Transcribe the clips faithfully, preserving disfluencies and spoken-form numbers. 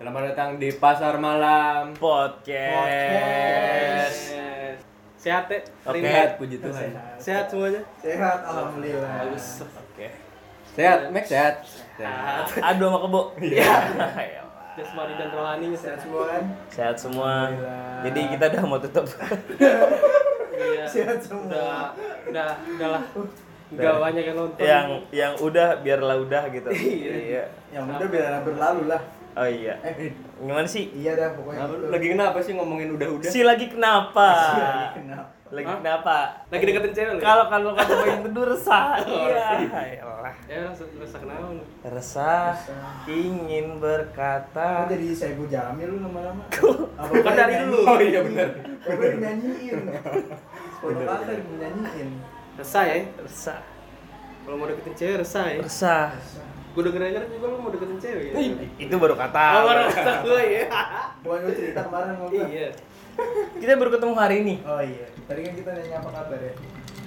Selamat datang di Pasar Malam Podcast. Podcast. Sehat ya? Oke, Ringan. puji Tuhan. Sehat. Sehat semuanya? Sehat, alhamdulillah. Bagus. Oke. Sehat, Max sehat. Sehat. Aduh sama kebo. Iya. Jasmani dan rohani Sehat sehat. semua kan? Sehat semua. Alhamdulillah. Jadi kita udah mau tutup. Iya. Sehat semua. Udah, udah, udah lah. Enggak banyak yang nonton. yang yang udah biarlah udah gitu. Iya. Yang udah biar berlalu lah. Oh iya. Eh, Gimana sih? iya dah pokoknya. Nah, gitu. lagi kenapa sih ngomongin udah-udah? Si lagi kenapa? Lagi kenapa? Lagi Hah? kenapa? Lagi deketin cewek lu? Kalau kalau kata yang teduh resah. Oh, Iya. iya. Ayolah. Ya, rasa kenapa lu? Resah Resah. ingin Kok berkata. jadi Saiful Jamil lu lama-lama? Apa Kan dari dulu. Oh iya benar. Gue nyanyiin. Sepuluh kali nyanyiin. Resah ya? Resah. Kalau mau deketin cewek resah ya? Resah. Gue denger-denger juga lu mau deketin cewek ya? Itu baru kata. Oh, baru resah gue ya? Bukan lu cerita kemarin sama gue. Iya. Kita baru ketemu hari ini. Oh iya. Tadi kan kita nanya apa kabar ya?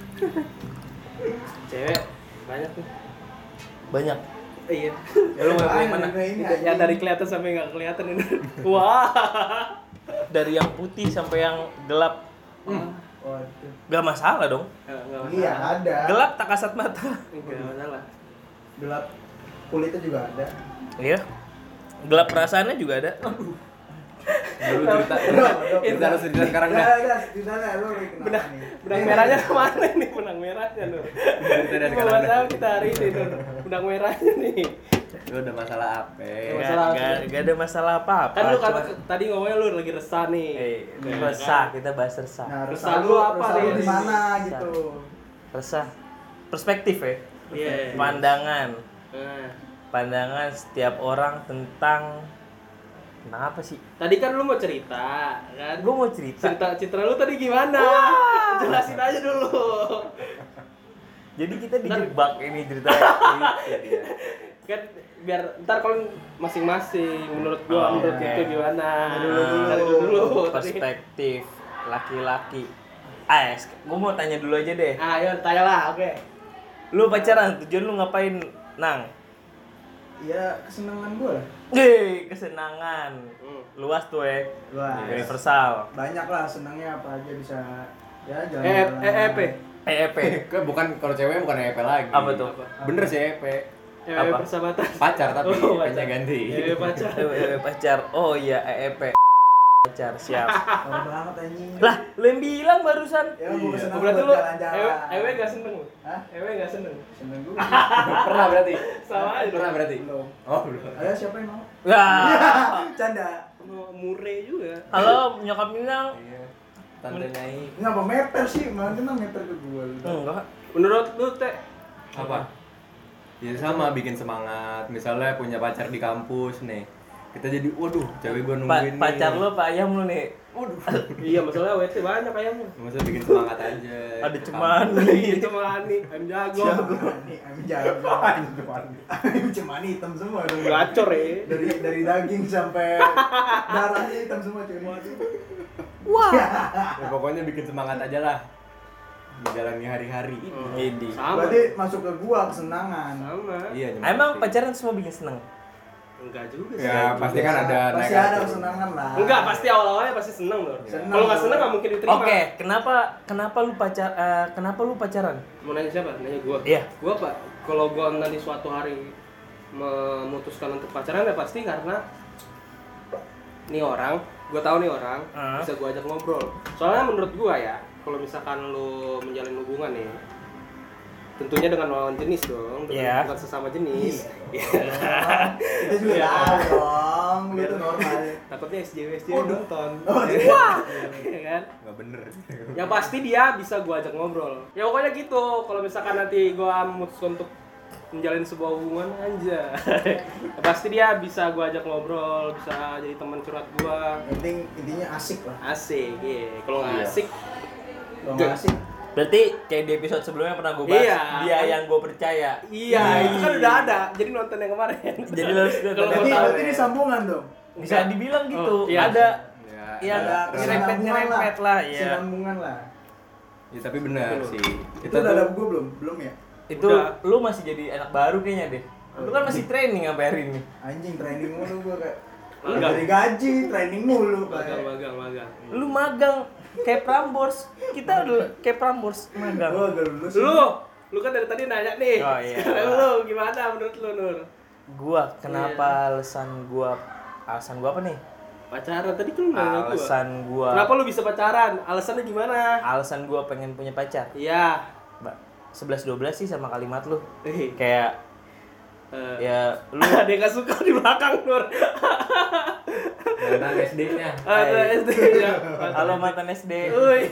Cewek banyak tuh. Banyak. Iya. Ya lu mau Ah, yang mana? ini Ya aja. dari kelihatan sampai nggak kelihatan ini. Wah. Dari yang putih sampai yang gelap. Waduh. Gak masalah dong. Nggak nggak Iya masalah. ada. Gelap tak kasat mata. Nggak masalah. Gelap kulitnya juga ada. Iya. Gelap perasaannya juga ada. Dulu cerita. Kita harus cerita sekarang dah. Dah, dah, di sana lu lagi kenapa Benang, nih? benang merahnya kemana nih? Benang merahnya Nur. Cerita dari Mau sekarang bahas dah. apa kita hari ini Nur? Benang merahnya nih. Lu udah masalah apa? Iya. Gak, masalah apa? gak, gak ada masalah apa-apa. Kan lu Cuma- kata tadi ngomongnya lu lagi resah nih. Eh, Ya, resah, kan? kita bahas resah. Nah, Resah resah lu lu apa resah lu nih? di mana Resah. gitu. Resah. Perspektif ya. Iya. Pandangan. Nah, Pandangan setiap orang tentang kenapa sih? tadi kan lu mau cerita, kan? Gue mau cerita. Cerita citra lu tadi gimana? Jelasin aja dulu. Jadi kita dijebak ini ceritanya. Kan biar ntar kalau masing-masing menurut gua Oh, menurut oke. itu gimana? Dulu, dulu. Dari dulu dulu. Perspektif laki-laki. Ah, gue mau tanya dulu aja deh. Ayo tanya lah, oke. Lu pacaran, tujuan lu ngapain, Nang? Ya kesenangan gua lah. Hei, kesenangan. Hmm. Luas tuh eh. Luas. Universal. Banyak lah senangnya apa aja bisa ya Eh, jalan-jalan. eh, E P. E E P. Kan bukan kalau cewek bukan E P lagi. Apa tuh? Bener sih E P. E P Apa? persahabatan. Pacar tapi Oh, P-nya pacar. ganti. E P pacar. E E P pacar. Oh iya, E E P. Pacar, siap. Parah banget anjing. Lah, lu yang bilang barusan. Ya gua Iya. kesenangan Berarti buat lu jalan-jalan. ewe ewe gak seneng lu? Hah? Ewe gak seneng. Seneng gua. Pernah berarti? Sama aja. Pernah berarti? Belum. Oh, belum. Ayo siapa yang mau? Wah. Canda. Mau mure juga. Halo, nyokap Minang. Iya. Tante Nyai. Ngapa meter sih? Malah kena meter ke gua. Enggak. Menurut lu teh Apa? Ya sama bikin semangat. Misalnya punya pacar di kampus nih. Kita jadi waduh, cewek gua Pa- nungguin nih. pacar lu apa ayam lu nih? Waduh. iya masalah W T banyak kayaknya. Masa bikin semangat aja. Ada Ke cuman kampus. Iya cuma ani, ayam jago. Cemani, ayam jago. Ayam cemani hitam semua dong. Gacor ya. Dari dari daging sampai darahnya hitam semua cemani. Wah. Ya, pokoknya bikin semangat aja lah. Menjalani hari-hari. Ini. Sama. Berarti masuk ke gua kesenangan. Sama. Iya, Emang nyemangati. pacaran semua bikin seneng? Enggak juga sih. Ya, pasti kan ada Pasti naik ada turun. kesenangan lah. Enggak, pasti awal-awalnya pasti seneng loh. Seneng. Kalau nggak seneng nggak mungkin diterima. Oke, kenapa kenapa lu pacar eh, kenapa lu pacaran? Mau nanya siapa? Nanya gua. Iya. Gua Pak, kalau gua nanti suatu hari memutuskan untuk pacaran ya pasti karena nih orang, gua tahu nih orang Ah. bisa gua ajak ngobrol. Soalnya menurut gua ya, kalau misalkan lu menjalin hubungan nih tentunya dengan lawan jenis dong, bukan, Iya. bukan sesama jenis. Iya. Kita juga Iya. tahu dong, lu Biar- tuh normal. Takutnya S J W S J Oh, nonton. oh, Wah. Iya kan? Nggak bener. Yang pasti dia bisa gua ajak ngobrol. Ya pokoknya gitu. Kalau misalkan nanti gua memutuskan untuk menjalin sebuah hubungan aja. Ya, pasti dia bisa gua ajak ngobrol, bisa jadi teman curhat gua. Yang penting intinya asik lah. Asik, iya. Kalau nggak Iya. asik, Kalau nggak asik, Berarti kayak di episode sebelumnya pernah gue bahas, Iya. dia yang gue percaya. iya itu kan udah ada. Jadi nonton yang kemarin. Jadi lu harus Kalau nonton mau berarti tahu berarti ya. ini sambungan dong. Bisa dibilang gitu. Oh, iya. Ada Ya, yang Ada nyerempet nyerempet lah, ya. Sambungan lah. ya tapi benar Betul. sih. Itu Kita udah ada tuh gua belum? Belum ya? Itu Udah. lu masih jadi anak baru kayaknya deh. Lu kan masih training sampai hari ini. Anjing training mulu gua kayak Magang. Dari gaji, training mulu. Magang, magang, magang. Lu magang kayak Prambors. Kita udah kayak Prambors magang. Gua agak lulus. Lu, lu kan dari tadi nanya nih. Oh, iya. Sekarang lu gimana menurut lu, Nur? Gua kenapa alasan gua alasan gua apa nih? Pacaran tadi kan lu nanya gua. Alasan gua Kenapa lu bisa pacaran? Alasannya gimana? alasan gua pengen punya pacar. Iya. Mbak, sebelas dua belas sih sama kalimat lu. Eh, Kayak eh, ya lu ada yang gak suka di belakang, Nur. Mantan S D-nya. Ada Hai. S D ya. halo mantan S D. Uy.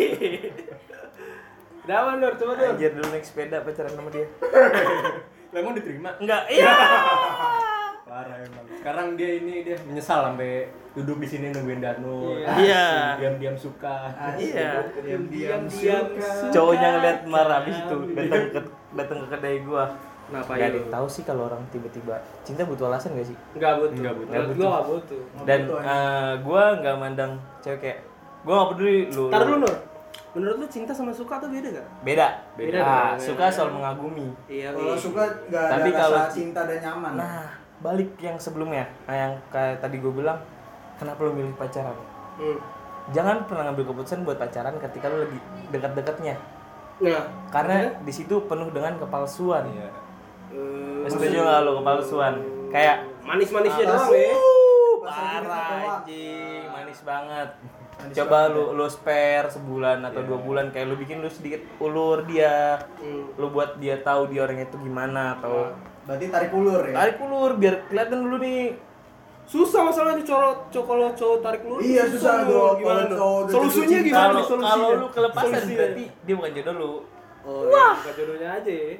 Dawan, Nur, coba Nur. Anjir dulu naik sepeda pacaran sama dia. Lah emang diterima? Enggak, iya. Parah emang. Sekarang dia ini dia menyesal sampai duduk di sini nungguin Danu. Iya. Diam-diam suka. Iya. Diam-diam Diam-diam suka. Cowoknya ngeliat marah habis itu datang ke datang ke kedai gua. Kenapa Gak ya? ada yang tahu sih kalau orang tiba-tiba cinta butuh alasan gak sih? Enggak butuh. Nggak butuh. Menurut gua enggak butuh. Dan butuh, eh, gua nggak mandang cewek kayak gua nggak peduli lu. Entar dulu, Nur. Menurut lu cinta sama suka tuh beda gak? Beda. Beda Ah, dong. suka soal mengagumi. Iya, Kalau nih. suka nggak ada Tapi rasa kalau- cinta dan nyaman. Nah, balik yang sebelumnya, nah yang kayak tadi gue bilang, kenapa lu milih pacaran? Hmm. Jangan pernah ngambil keputusan buat pacaran ketika lu lagi dekat-dekatnya. Nah, Karena di situ penuh dengan kepalsuan. Iya. eh, Lu setuju nggak lu kepalsuan? Kayak manis-manisnya Atas. doang ya. uh, Pas lagi dekat parah doang. anjing, manis banget. Manis Coba banget lu lu spare sebulan atau dua bulan kayak lu bikin lu sedikit ulur dia. Hmm. Lu buat dia tahu dia orangnya itu gimana atau Berarti tarik ulur ya. tarik ulur biar kelihatan dulu nih. Susah masalahnya cowok cowok kalau cowok tarik lu. Iya, susah, Nur. dong. Gimana Kalau Nur? cowok udah Solusinya jatuh gimana Kalau nih solusinya? kalau lu kelepasan Solusinya. berarti dia bukan jodoh lu. Oh, Wah, ya, bukan jodohnya aja ya.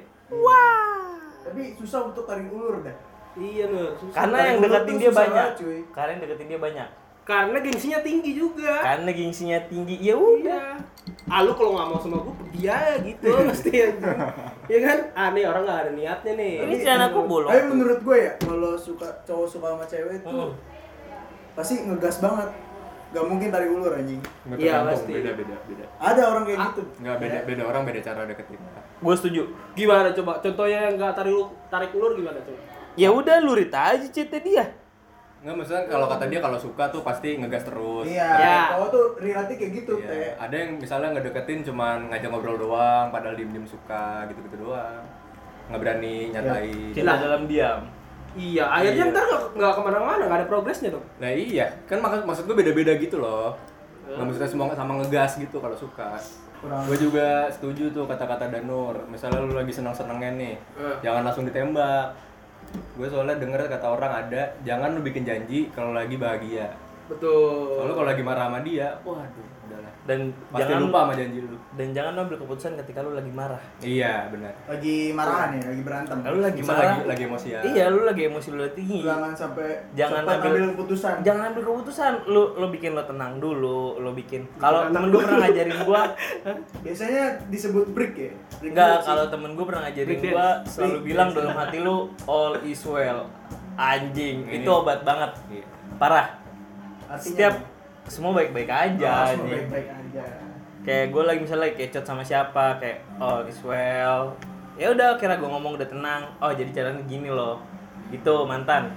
Tapi susah untuk tarik ulur dah. Iya, Nur. Susah. Karena Tarik yang ulur deketin tuh dia susah banyak. banget, cuy. Karena yang deketin dia banyak. Karena gengsinya tinggi juga. Karena gengsinya tinggi. Ya udah. Iya. Ah, lu kalau nggak mau sama gue pergi aja gitu pasti anjing. Iya kan? Ah, nih orang nggak ada niatnya nih. Ini celana aku bolong. Tapi menurut gue ya, kalau suka cowok suka sama cewek tuh Hmm. pasti ngegas banget. Gak mungkin tarik ulur anjing. Nggak Iya, tergantung, pasti. beda beda beda. Ada orang kayak gitu. Enggak beda beda orang beda cara deketin. Gue setuju. Gimana coba? Contohnya yang nggak tarik tarik ulur gimana coba? Ya udah lurit aja chatnya dia. Enggak, maksudnya kalau kata dia kalau suka tuh pasti ngegas terus. Iya, Ya. cowok tuh relatif kayak gitu. Iya. Kayak Ada yang misalnya ngedeketin cuman ngajak ngobrol doang, padahal diem-diem suka gitu-gitu doang. Nggak berani nyatain. Cinta dalam diam. Iya, akhirnya Iya. ntar nggak nggak kemana-mana, nggak ada progresnya dong. Nah iya, kan maksud maksud gue beda-beda gitu loh. Nggak maksudnya semua sama ngegas gitu kalau suka. kurang. Gue juga setuju tuh kata-kata Danur. Misalnya lu lagi senang-senangnya nih, Eh. jangan langsung ditembak. Gue soalnya denger kata orang ada, jangan lu bikin janji kalau lagi bahagia. Betul. Soalnya kalau lagi marah sama dia, waduh, udahlah. Dan Pasti jangan lupa sama janji lu. dan jangan lu ambil keputusan ketika lu lagi marah. Iya, benar. Lagi marahan ya, lagi berantem. Lalu lagi Misal marah. lagi lagi emosian. Iya, lu lagi emosi lu tinggi. Jangan sampai Jangan cepat ambil- ambil keputusan. Jangan ambil keputusan. Lu lu bikin lo tenang dulu, lu bikin. Kalau temen gue pernah ngajarin gua, Biasanya disebut break ya. Break enggak, dance. kalau temen gue pernah ngajarin Break gua dance. selalu Break bilang dance. dalam hati lu all is well. Anjing, Ini. itu obat banget. Iya. Parah. Artinya Setiap apa? semua baik-baik aja Oh, semua anjing. baik-baik aja. Kayak gue lagi misalnya kecot sama siapa, kayak all is well. Ya udah, kira gue ngomong udah tenang. Oh, jadi caranya gini loh. Gitu, mantan.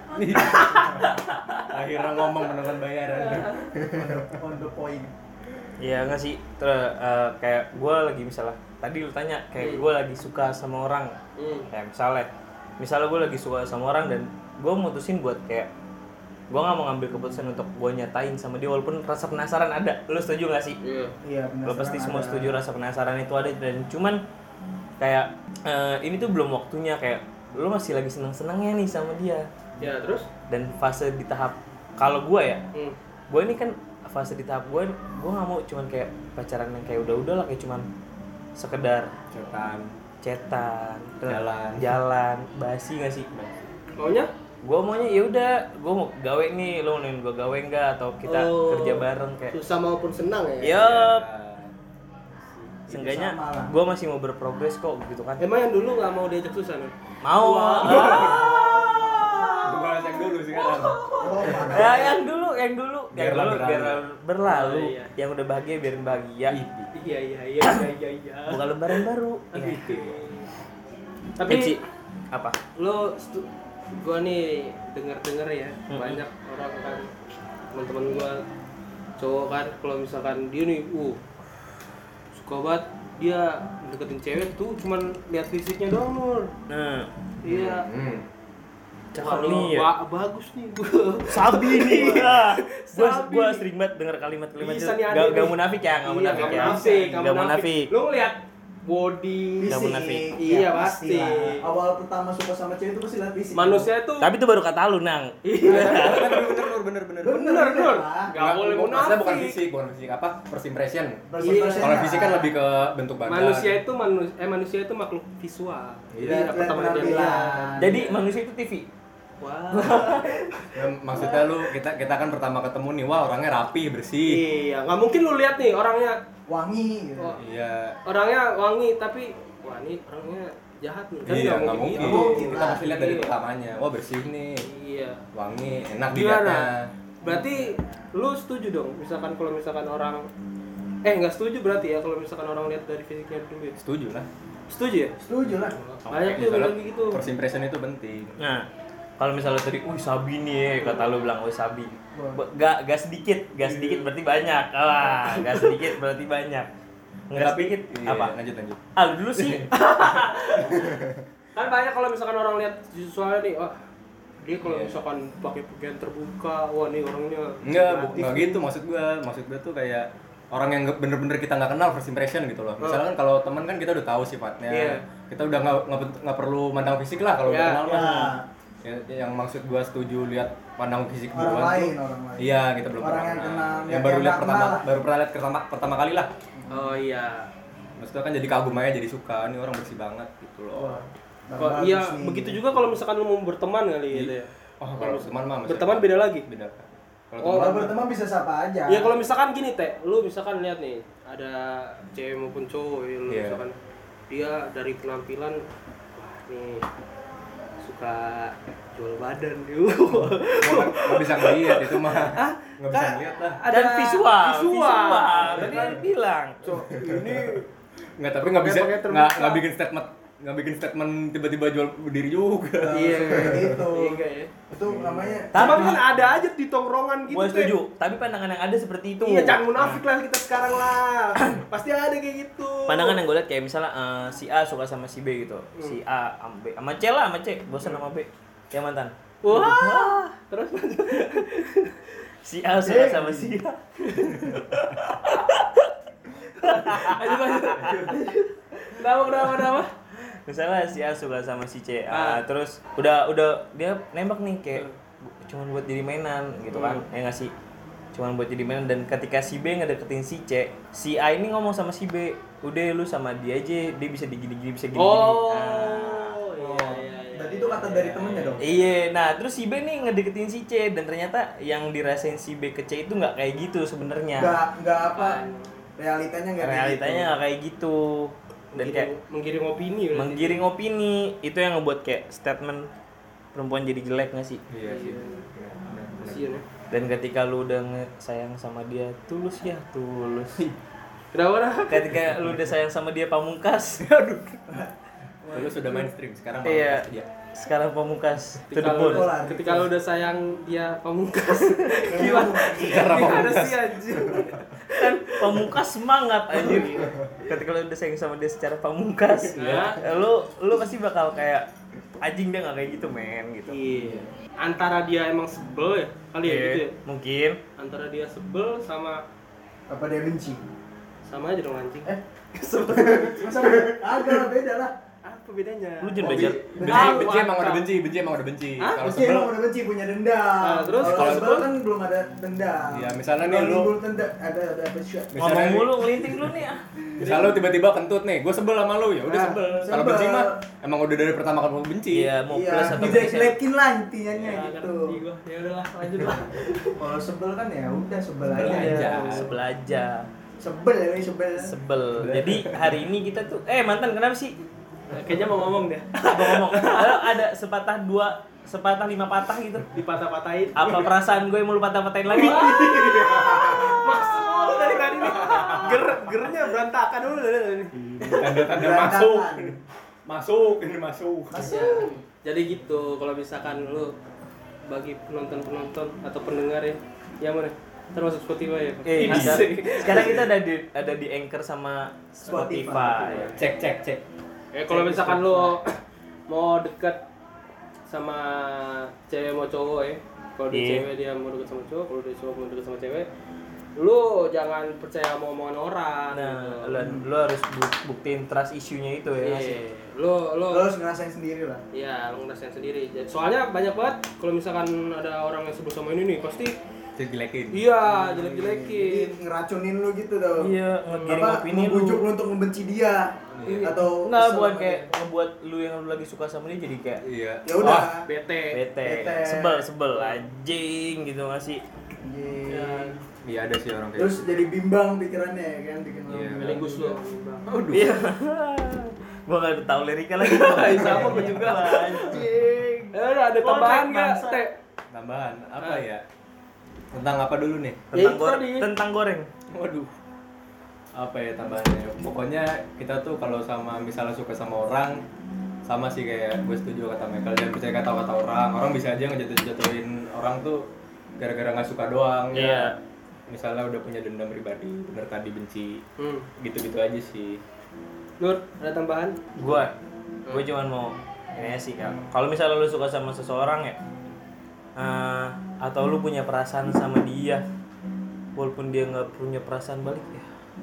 Akhirnya ngomong menentukan bayaran. On the point. Iya nggak sih, terus eh, kayak gue lagi misalnya tadi lu tanya kayak gue lagi suka sama orang, Hmm. kayak misalnya, misalnya gue lagi suka sama orang dan gue mutusin buat kayak gue nggak mau ngambil keputusan untuk gue nyatain sama dia walaupun rasa penasaran ada, lu setuju nggak sih? Iya. Iya, benar. Lo pasti semua setuju rasa penasaran itu ada dan cuman kayak eh, ini tuh belum waktunya kayak lu masih lagi seneng-senengnya nih sama dia Ya, terus? dan fase di tahap kalau gue ya Hmm. gue ini kan fase di tahap gue gue nggak mau cuman kayak pacaran yang kayak udah-udah lah kayak cuman sekedar Cetan. cetan Jalan. jalan basi nggak sih Maunya? gue maunya ya udah gue mau gawe nih lo nemuin gue gawe nggak atau kita Oh. kerja bareng kayak Susah maupun senang ya? yup Ya. seenggaknya sama lah. gue masih mau berprogres kok gitu kan Emang yang dulu nggak mau diajak susah nih? mau Gue bahas yang dulu sekarang. Oh, ya yang dulu yang dulu yang Biarlah dulu biar berlalu. berlalu Oh, iya. yang udah bahagia biarin bahagia Iya, iya, iya, iya, iya, iya. bukan lembaran baru Oh, ya. gitu. Tapi Tapi apa lo stu- gua nih denger-denger ya Mm-mm. banyak orang kan teman-teman gua cowok kan kalau misalkan dia nih uh suka banget dia deketin cewek tuh cuman lihat fisiknya doang Nur. Nah, Iya. Hmm. cakep Wah, nih ya. ba- bagus nih gua. Sabi nih. Gua Sabi. gua sering banget denger kalimat-kalimat itu. Bisa nih ada Gak nih. gak munafik ya, gak Iya, munafik nggak ya. munafik, Gak nggak munafik. Lu ngeliat body Nggak munafik. Iya, pasti. lah. Awal pertama suka sama cewek itu pasti lihat fisik. manusia itu Tapi itu baru kata lu, Nang. iya Bener bener Nur, bener bener. bener Nur. lah. Nggak boleh bu- maksudnya bukan munafik. fisik, bukan fisik apa? First impression. First Iya. impression Kalau lah. fisik kan lebih ke bentuk badan. Manusia itu manusia eh manusia itu makhluk visual. Iya, Jadi lihat pertama dia penampilan. bilang. Jadi manusia itu T V. Wah. Ya, maksudnya lu kita kita kan pertama ketemu nih, wah orangnya rapi, bersih. Iya, nggak mungkin lu lihat nih orangnya wangi gitu. oh, Iya. orangnya wangi tapi wah ini orangnya jahat nih. Kan Iya, nggak nggak mungkin. gitu. mungkin Kita lah. pasti lihat dari Iya. pertamanya. Wah bersih nih, Iya. wangi, enak Gimana? dilihatnya. Berarti lu setuju dong misalkan kalau misalkan orang eh nggak setuju berarti ya kalau misalkan orang lihat dari fisiknya dulu ya. Setuju lah. Setuju ya? Setuju lah. Banyak tuh Soalnya bilang gitu. First impression itu penting. Nah, kalau misalnya tadi, wih Sabi nih, kata lu bilang, wih Sabi. Ba- Gak, gak sedikit, gak sedikit berarti banyak. Wah, gak sedikit berarti banyak. Nggak sedikit, Iya, apa? Lanjut lanjut. Ah, lu dulu sih. Kan banyak kalau misalkan orang lihat visualnya nih, wah dia kalau Iya. misalkan pakai pakaian terbuka, wah nih orangnya Enggak, bu- kreatif enggak nih. gitu maksud gua. Maksud gua tuh kayak orang yang nggak- bener-bener kita nggak kenal first impression gitu loh. Misalkan kalau teman kan kita udah tahu sifatnya. Iya. Kita udah nggak nggak- nggak perlu mandang fisik lah kalau udah Iya, kenal iya. mah. Ya, yang maksud gua setuju lihat pandang fisik Orang duluan lain, tuh. orang lain. Iya, kita belum Orang pernah yang kenal. kenal, Yang yang baru lihat nggak pertama kenal lah. baru pernah lihat pertama pertama kali lah. Oh iya. Maksudnya kan jadi kagum aja, jadi suka, ini orang bersih banget gitu loh. Wah, Kok bagus iya nih. begitu juga kalau misalkan lu mau berteman kali gitu ya. Oh, kalau teman mah maksudnya- Berteman beda lagi. Beda kan. Kalau Oh, teman Kalau berteman bisa sapa aja. Ya kalau misalkan gini teh, lu misalkan lihat nih ada cewek maupun cowok, ya, lu Iya. misalkan dia dari penampilan, wah nih suka jual badan dia. gua kan nggak bisa ngeliat itu mah. Nggak bisa Kan ngeliat lah. ada Dan visual, visual. Tadi kan bilang. Cok, ini Nggak, tapi nggak bisa Pakai terbuka. nggak nggak bikin statement nggak bikin statement tiba-tiba jual diri juga. iya kayak gitu. Iya enggak ya. Itu namanya Tapi Tapi- kan ada aja di tongkrongan gitu. Gue Teh. setuju, tapi pandangan yang ada seperti itu. Iya, jangan munafik lah kita sekarang lah. Pasti ada kayak gitu. Pandangan yang gue lihat kayak misalnya eh, si A suka sama si B gitu. Si A sama B, sama C lah sama C, bosan sama B. Yang mantan. Wah, terus Si A suka sama si A. lanjut lanjut. Kenapa kenapa kenapa? Misalnya si A suka sama si C, Ah. ah, terus udah udah dia nembak nih kayak cuman buat jadi mainan gitu kan. Hmm. Ya nggak sih? Cuman buat jadi mainan, dan ketika si B ngedeketin si C, si A ini ngomong sama si B, "Udah lu sama dia aja, dia bisa digini-gini, bisa gini-gini." Oh, Ah. iya iya iya. Berarti itu kata dari temennya dong. Iya, nah terus si B nih ngedeketin si C, dan ternyata yang dirasain si B ke C itu nggak kayak gitu sebenarnya. Enggak enggak apa realitanya enggak Realitanya nggak kayak gitu. Dan kayak menggiring, menggiring opini berarti. menggiring opini itu yang ngebuat kayak statement perempuan jadi jelek nggak sih? Iya sih. Kasian ya. Dan ketika lu udah nge- sayang sama dia tulus ya tulus. Kenapa dah? Ketika lu udah sayang sama dia pamungkas. Lalu sudah mainstream sekarang Iya. pamungkas dia. Sekarang pamungkas to the Ketika lu, bone. Polar. ketika lu udah sayang dia pamungkas. Gimana? Secara Gimana pamungkas. sih anjir? Kan pamungkas semangat anjir. Ketika lu udah sayang sama dia secara pamungkas, Iya. ya, lu lu pasti bakal kayak anjing, dia nggak kayak gitu men gitu. Iya. Antara dia emang sebel ya kali ya Iya, gitu ya. mungkin. Antara dia sebel sama Apa dia benci? sama aja dong anjing. Eh, Sebel. masa agak lah, beda lah. Apa bedanya? Lu jangan Oh, belajar. benci, Ah, benci emang mantap. udah benci, benci emang udah benci. Hah? Kalau Benci sebel, emang udah benci punya dendam. Nah, terus kalau kalau sebel sebel- kan belum ada dendam. Iya, misalnya nih Kalau lu- timbul dendam, ada ada apa sih? Misalnya Ngomong nih- mulu ngelinting lu nih ah. misal lu tiba-tiba kentut nih, gue sebel sama lu, ya udah Nah, sebel. Kalau sebel. benci mah emang udah dari pertama kali mau benci. Iya, mau Iya, plus atau minus. dijelek-jelekin lah intinya Ya, gitu. ngerti gua. Ya udahlah, lanjut lah. Kalau sebel kan ya udah sebel Sebel aja. aja. Sebel aja. Sebel ya, sebel. Sebel. Jadi hari ini kita tuh eh mantan kenapa sih? Kayaknya mau ngomong deh. Apa ngomong? Lalu ada sepatah dua, sepatah lima patah gitu. Dipatah-patahin. Apa perasaan gue mau lu patah-patahin lagi? Maksud lu dari tadi nih. Ger gernya berantakan dulu dari tadi. Tanda-tanda Berantakan. masuk. Masuk, ini masuk. Ya, jadi gitu kalau misalkan lu bagi penonton-penonton atau pendengar ya. Yang mana? Termasuk Spotify ya. Eh, Bisa. ada, sekarang kita ada di ada di Anchor sama Spotify. Spotify. Cek cek cek. Ya kalau misalkan lu mau dekat sama cewek mau cowok ya. Kalau dia Iya. cewek dia mau dekat sama cowok, kalau dia cowok mau dekat sama cewek, lu jangan percaya sama omongan orang. Nah, gitu. lu, lu harus bu- buktiin trust issue-nya itu ya. nggak sih? Iya. Lu lu Lo harus ngerasain sendiri lah. Iya, lu ngerasain sendiri. Soalnya banyak banget kalau misalkan ada orang yang sebut sama ini nih, pasti Dijelekin. iya Jadi jelek-jelekin. ngeracunin lu gitu dong. Iya, ngegiring Apa, opini lu. membujuk lu untuk membenci dia. Iya. Atau Enggak, kesel bukan sama kayak dia. ngebuat lu yang lu lagi suka sama dia jadi kayak Iya. Ya udah. Bete. bete, Bete. sebel, sebel anjing gitu nggak sih? Iya. Iya ada sih orang kayak Terus jadi bimbang pikirannya ya kan bikin lu. Iya. Melegus lu. Aduh. Iya. Gua nggak tahu liriknya lagi. Sama gua juga. Anjing. Eh, ada tambahan Kontrak enggak, bangsa. Teh? Tambahan apa Ah. ya? Tentang apa dulu nih? Ya, Tentang itu goreng. tadi. Tentang goreng. Waduh. Apa ya tambahannya? Pokoknya kita tuh kalau sama misalnya suka sama orang sama sih kayak gue setuju kata Michael, jangan percaya kata-kata orang. Orang bisa aja ngejatuh-jatuhin orang tuh gara-gara nggak suka doang. Iya. Ya. Misalnya udah punya dendam pribadi, bener tadi benci, Hmm. gitu-gitu aja sih. Nur, ada tambahan? Gua, gua cuman mau ini sih Kak. Kalau misalnya lu suka sama seseorang ya, eh, atau lu punya perasaan sama dia, walaupun dia nggak punya perasaan balik ya.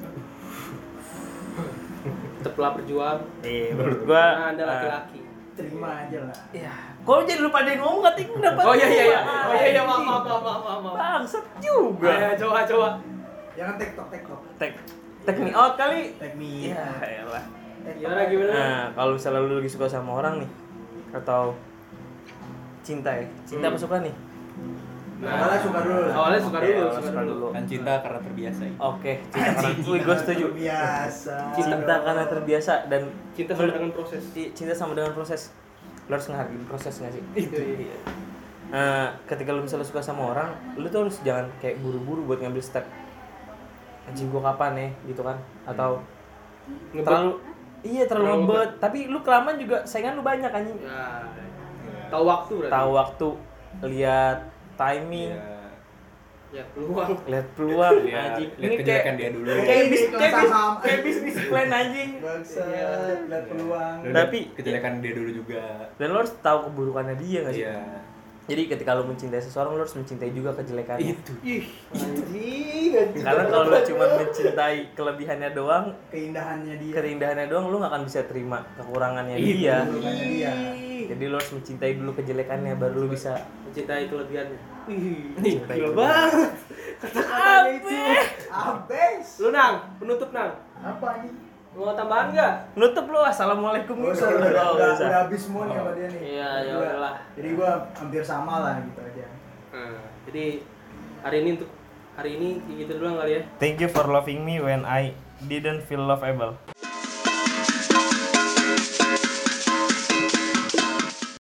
Tetaplah berjuang. Eh, menurut gua, Karena Anda eh, laki-laki. Terima aja lah. ya. Kok jadi lu pada ngomong katanya gua dapat. Oh iya iya iya. Oh iya iya, maaf maaf maaf maaf maaf. maaf. Bangsat juga. Ayo coba coba. Jangan TikTok TikTok. Tek tek me out kali. Take me. Ya, elah. Gimana gimana? Nah, kalau misalnya lu lagi suka sama orang nih atau cinta ya. Cinta Hmm. apa suka nih? Awalnya suka dulu lah. Awalnya suka Oke, dulu, awalnya suka suka dulu. dulu. Kan cinta karena terbiasa ya. Oke, cinta karena Wih, gue setuju. Biasa. Cinta karena terbiasa dan Cinta sama dengan proses. i- cinta sama dengan proses. Lo harus ngehargain proses nggak sih? Itu iya. Nah, ketika lo misalnya suka sama orang, lo tuh harus jangan kayak buru-buru buat ngambil step. Anjing gua kapan ya, gitu kan? Atau Ngebet. terlalu iya terlalu Terlalu ngebet. Tapi lu kelamaan juga saingan lu banyak anjing. Ya. Tahu waktu berarti. Tahu waktu, lihat timing, Iya. Ya, peluang. lihat peluang Lihat, anjing. lihat Ini kejelekan kayak dia dulu. kayak bis Iklan kayak bis saham. kayak bisnis plan anjing. Bangsat, Iya. lihat peluang. Lu Tapi- lihat kejelekan dia dulu juga. Dan lo harus tahu keburukannya dia nggak sih? Iya. Jadi ketika lo mencintai seseorang, lo harus mencintai juga kejelekannya. Itu. Ih, anjing. anjing. Karena kalau lo cuma mencintai kelebihannya doang, Keindahannya dia. keindahannya doang, lo nggak akan bisa terima kekurangannya Itu. dia. Kekurangannya dia. Jadi lo harus mencintai dulu kejelekannya, baru lo bisa. Mencintai kelebihannya. Ih, Mencintai gila kelebihan. banget. Kata-katanya itu. Abes. Lu Nang, penutup Nang. Apa ini? Mau tambahan enggak? Nutup lo, assalamualaikum. Oh, gitu. sorry, udah, Oh, udah, bisa. udah habis semua nih sama dia nih. Iya, ya Gua- udahlah. Jadi gua hampir sama lah gitu aja. Nah, jadi hari ini untuk hari ini kayak gitu doang kali ya. Thank you for loving me when I didn't feel lovable.